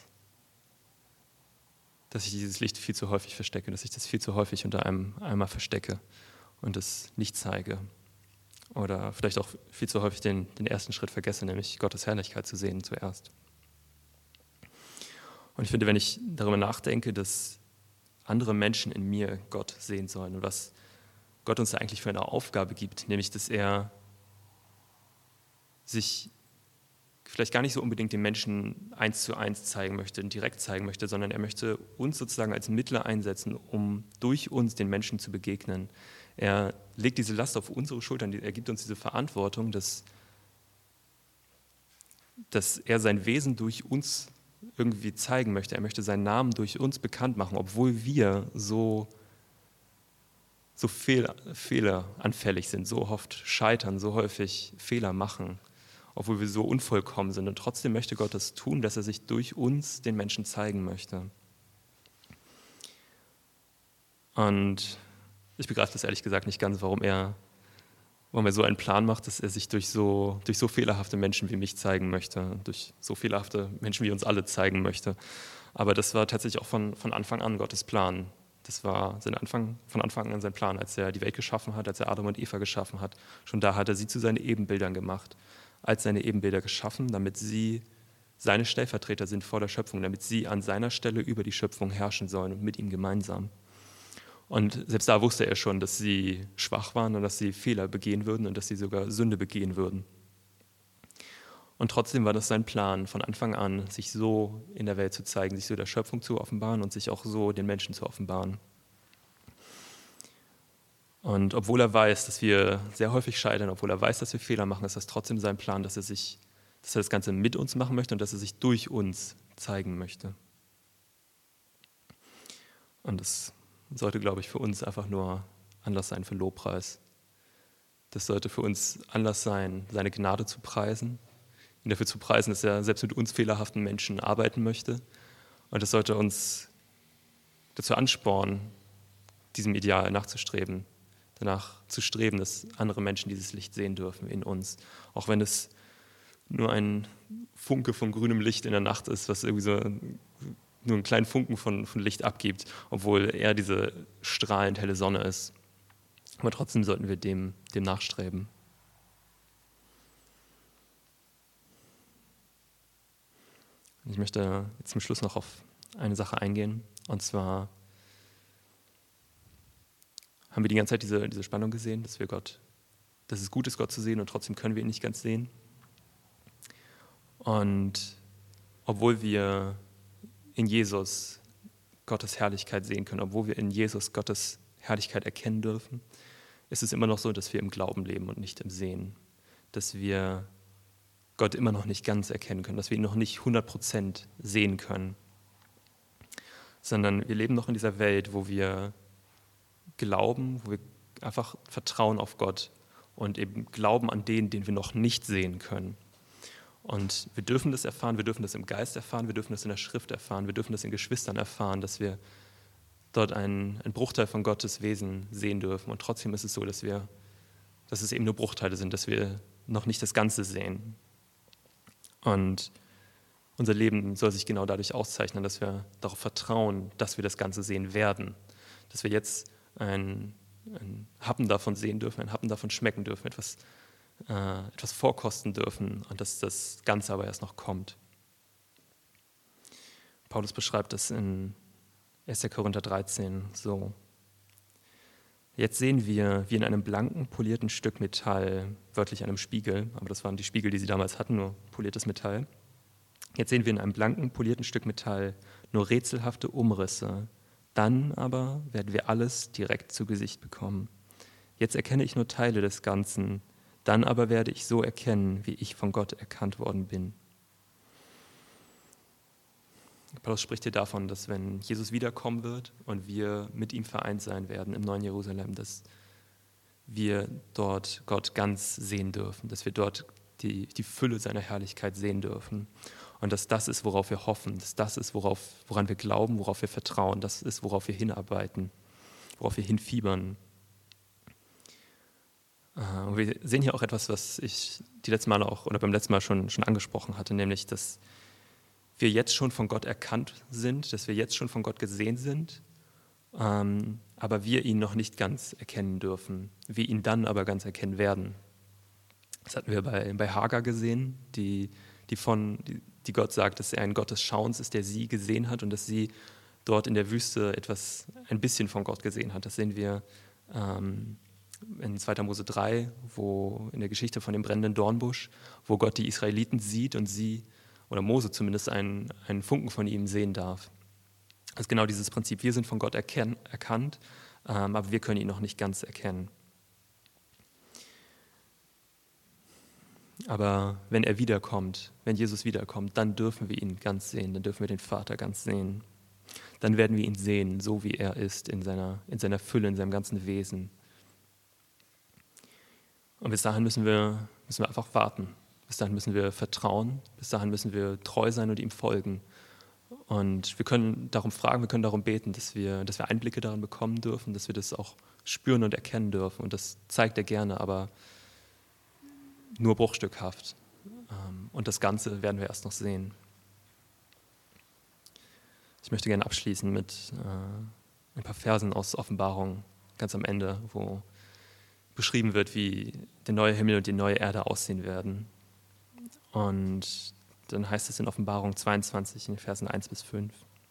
ich dieses Licht viel zu häufig verstecke, dass ich das viel zu häufig unter einem Eimer verstecke und es nicht zeige. Oder vielleicht auch viel zu häufig den ersten Schritt vergesse, nämlich Gottes Herrlichkeit zu sehen zuerst. Und ich finde, wenn ich darüber nachdenke, dass andere Menschen in mir Gott sehen sollen und was Gott uns da eigentlich für eine Aufgabe gibt, nämlich dass er sich vielleicht gar nicht so unbedingt den Menschen 1:1 zeigen möchte, direkt zeigen möchte, sondern er möchte uns sozusagen als Mittler einsetzen, um durch uns den Menschen zu begegnen. Er legt diese Last auf unsere Schultern, er gibt uns diese Verantwortung, dass er sein Wesen durch uns irgendwie zeigen möchte. Er möchte seinen Namen durch uns bekannt machen, obwohl wir so fehleranfällig sind, so oft scheitern, so häufig Fehler machen, obwohl wir so unvollkommen sind. Und trotzdem möchte Gott das tun, dass er sich durch uns den Menschen zeigen möchte. Und ich begreife das ehrlich gesagt nicht ganz, warum er so einen Plan macht, dass er sich durch so fehlerhafte Menschen wie mich zeigen möchte, durch so fehlerhafte Menschen wie uns alle zeigen möchte. Aber das war tatsächlich auch von Anfang an Gottes Plan. Das war von Anfang an sein Plan, als er die Welt geschaffen hat, als er Adam und Eva geschaffen hat. Schon da hat er sie zu seinen Ebenbildern gemacht, als seine Ebenbilder geschaffen, damit sie seine Stellvertreter sind vor der Schöpfung, damit sie an seiner Stelle über die Schöpfung herrschen sollen und mit ihm gemeinsam. Und selbst da wusste er schon, dass sie schwach waren und dass sie Fehler begehen würden und dass sie sogar Sünde begehen würden. Und trotzdem war das sein Plan von Anfang an, sich so in der Welt zu zeigen, sich so der Schöpfung zu offenbaren und sich auch so den Menschen zu offenbaren. Und obwohl er weiß, dass wir sehr häufig scheitern, obwohl er weiß, dass wir Fehler machen, ist das trotzdem sein Plan, dass er das Ganze mit uns machen möchte und dass er sich durch uns zeigen möchte. Und das sollte, glaube ich, für uns einfach nur Anlass sein für Lobpreis. Das sollte für uns Anlass sein, seine Gnade zu preisen, ihn dafür zu preisen, dass er selbst mit uns fehlerhaften Menschen arbeiten möchte. Und das sollte uns dazu anspornen, diesem Ideal nachzustreben, danach zu streben, dass andere Menschen dieses Licht sehen dürfen in uns. Auch wenn es nur ein Funke von grünem Licht in der Nacht ist, was irgendwie so nur einen kleinen Funken von Licht abgibt, obwohl er diese strahlend helle Sonne ist. Aber trotzdem sollten wir dem nachstreben. Ich möchte jetzt zum Schluss noch auf eine Sache eingehen. Und zwar haben wir die ganze Zeit diese Spannung gesehen, dass es gut ist, Gott zu sehen und trotzdem können wir ihn nicht ganz sehen. Und obwohl wir in Jesus Gottes Herrlichkeit sehen können, obwohl wir in Jesus Gottes Herrlichkeit erkennen dürfen, ist es immer noch so, dass wir im Glauben leben und nicht im Sehen. Dass wir Gott immer noch nicht ganz erkennen können, dass wir ihn noch nicht 100% sehen können. Sondern wir leben noch in dieser Welt, wo wir glauben, wo wir einfach vertrauen auf Gott und eben glauben an den wir noch nicht sehen können. Und wir dürfen das erfahren, wir dürfen das im Geist erfahren, wir dürfen das in der Schrift erfahren, wir dürfen das in Geschwistern erfahren, dass wir dort einen Bruchteil von Gottes Wesen sehen dürfen. Und trotzdem ist es so, dass es eben nur Bruchteile sind, dass wir noch nicht das Ganze sehen. Und unser Leben soll sich genau dadurch auszeichnen, dass wir darauf vertrauen, dass wir das Ganze sehen werden. Dass wir jetzt ein Happen davon sehen dürfen, ein Happen davon schmecken dürfen, etwas vorkosten dürfen und dass das Ganze aber erst noch kommt. Paulus beschreibt das in 1. Korinther 13 so. Jetzt sehen wir, wie in einem blanken, polierten Stück Metall, wörtlich einem Spiegel, aber das waren die Spiegel, die sie damals hatten, nur poliertes Metall. Jetzt sehen wir in einem blanken, polierten Stück Metall nur rätselhafte Umrisse. Dann aber werden wir alles direkt zu Gesicht bekommen. Jetzt erkenne ich nur Teile des Ganzen, dann aber werde ich so erkennen, wie ich von Gott erkannt worden bin. Paulus spricht hier davon, dass wenn Jesus wiederkommen wird und wir mit ihm vereint sein werden im neuen Jerusalem, dass wir dort Gott ganz sehen dürfen, dass wir dort die Fülle seiner Herrlichkeit sehen dürfen. Und dass das ist, worauf wir hoffen, dass das ist, woran wir glauben, worauf wir vertrauen, das ist, worauf wir hinarbeiten, worauf wir hinfiebern. Und wir sehen hier auch etwas, was ich beim letzten Mal schon angesprochen hatte, nämlich, dass wir jetzt schon von Gott erkannt sind, dass wir jetzt schon von Gott gesehen sind, aber wir ihn noch nicht ganz erkennen dürfen, wir ihn dann aber ganz erkennen werden. Das hatten wir bei Hagar gesehen, die Gott sagt, dass er ein Gott des Schauens ist, der sie gesehen hat und dass sie dort in der Wüste ein bisschen von Gott gesehen hat. Das sehen wir in 2. Mose 3, wo in der Geschichte von dem brennenden Dornbusch, wo Gott die Israeliten sieht und sie, oder Mose zumindest, einen Funken von ihm sehen darf. Das ist genau dieses Prinzip. Wir sind von Gott erkannt, aber wir können ihn noch nicht ganz erkennen. Aber wenn er wiederkommt, wenn Jesus wiederkommt, dann dürfen wir ihn ganz sehen, dann dürfen wir den Vater ganz sehen. Dann werden wir ihn sehen, so wie er ist, in seiner Fülle, in seinem ganzen Wesen. Und bis dahin müssen wir einfach warten. Bis dahin müssen wir vertrauen, bis dahin müssen wir treu sein und ihm folgen. Und wir können darum fragen, wir können darum beten, dass wir Einblicke daran bekommen dürfen, dass wir das auch spüren und erkennen dürfen. Und das zeigt er gerne, aber nur bruchstückhaft. Und das Ganze werden wir erst noch sehen. Ich möchte gerne abschließen mit ein paar Versen aus Offenbarung, ganz am Ende, wo beschrieben wird, wie der neue Himmel und die neue Erde aussehen werden. Und dann heißt es in Offenbarung 22, in den Versen 1-5.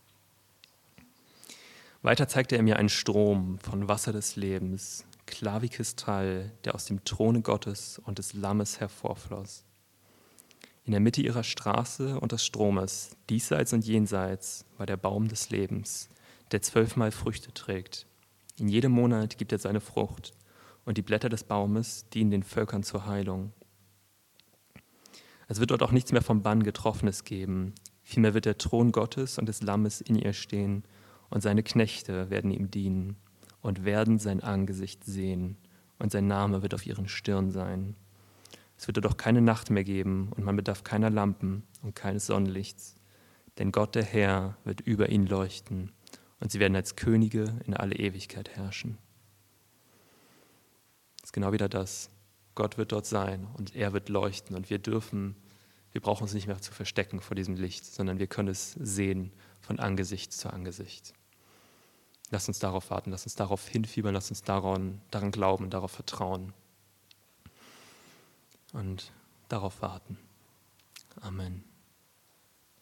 Weiter zeigte er mir einen Strom von Wasser des Lebens, klar wie Kristall, der aus dem Throne Gottes und des Lammes hervorfloss. In der Mitte ihrer Straße und des Stromes, diesseits und jenseits, war der Baum des Lebens, der 12-mal Früchte trägt. In jedem Monat gibt er seine Frucht, und die Blätter des Baumes dienen den Völkern zur Heilung. Es wird dort auch nichts mehr vom Bann Getroffenes geben. Vielmehr wird der Thron Gottes und des Lammes in ihr stehen, und seine Knechte werden ihm dienen und werden sein Angesicht sehen, und sein Name wird auf ihren Stirn sein. Es wird dort auch keine Nacht mehr geben, und man bedarf keiner Lampen und keines Sonnenlichts. Denn Gott, der Herr, wird über ihn leuchten, und sie werden als Könige in alle Ewigkeit herrschen. Das ist genau wieder das. Gott wird dort sein und er wird leuchten, und wir brauchen uns nicht mehr zu verstecken vor diesem Licht, sondern wir können es sehen von Angesicht zu Angesicht. Lasst uns darauf warten, lasst uns darauf hinfiebern, lasst uns daran glauben, darauf vertrauen und darauf warten. Amen.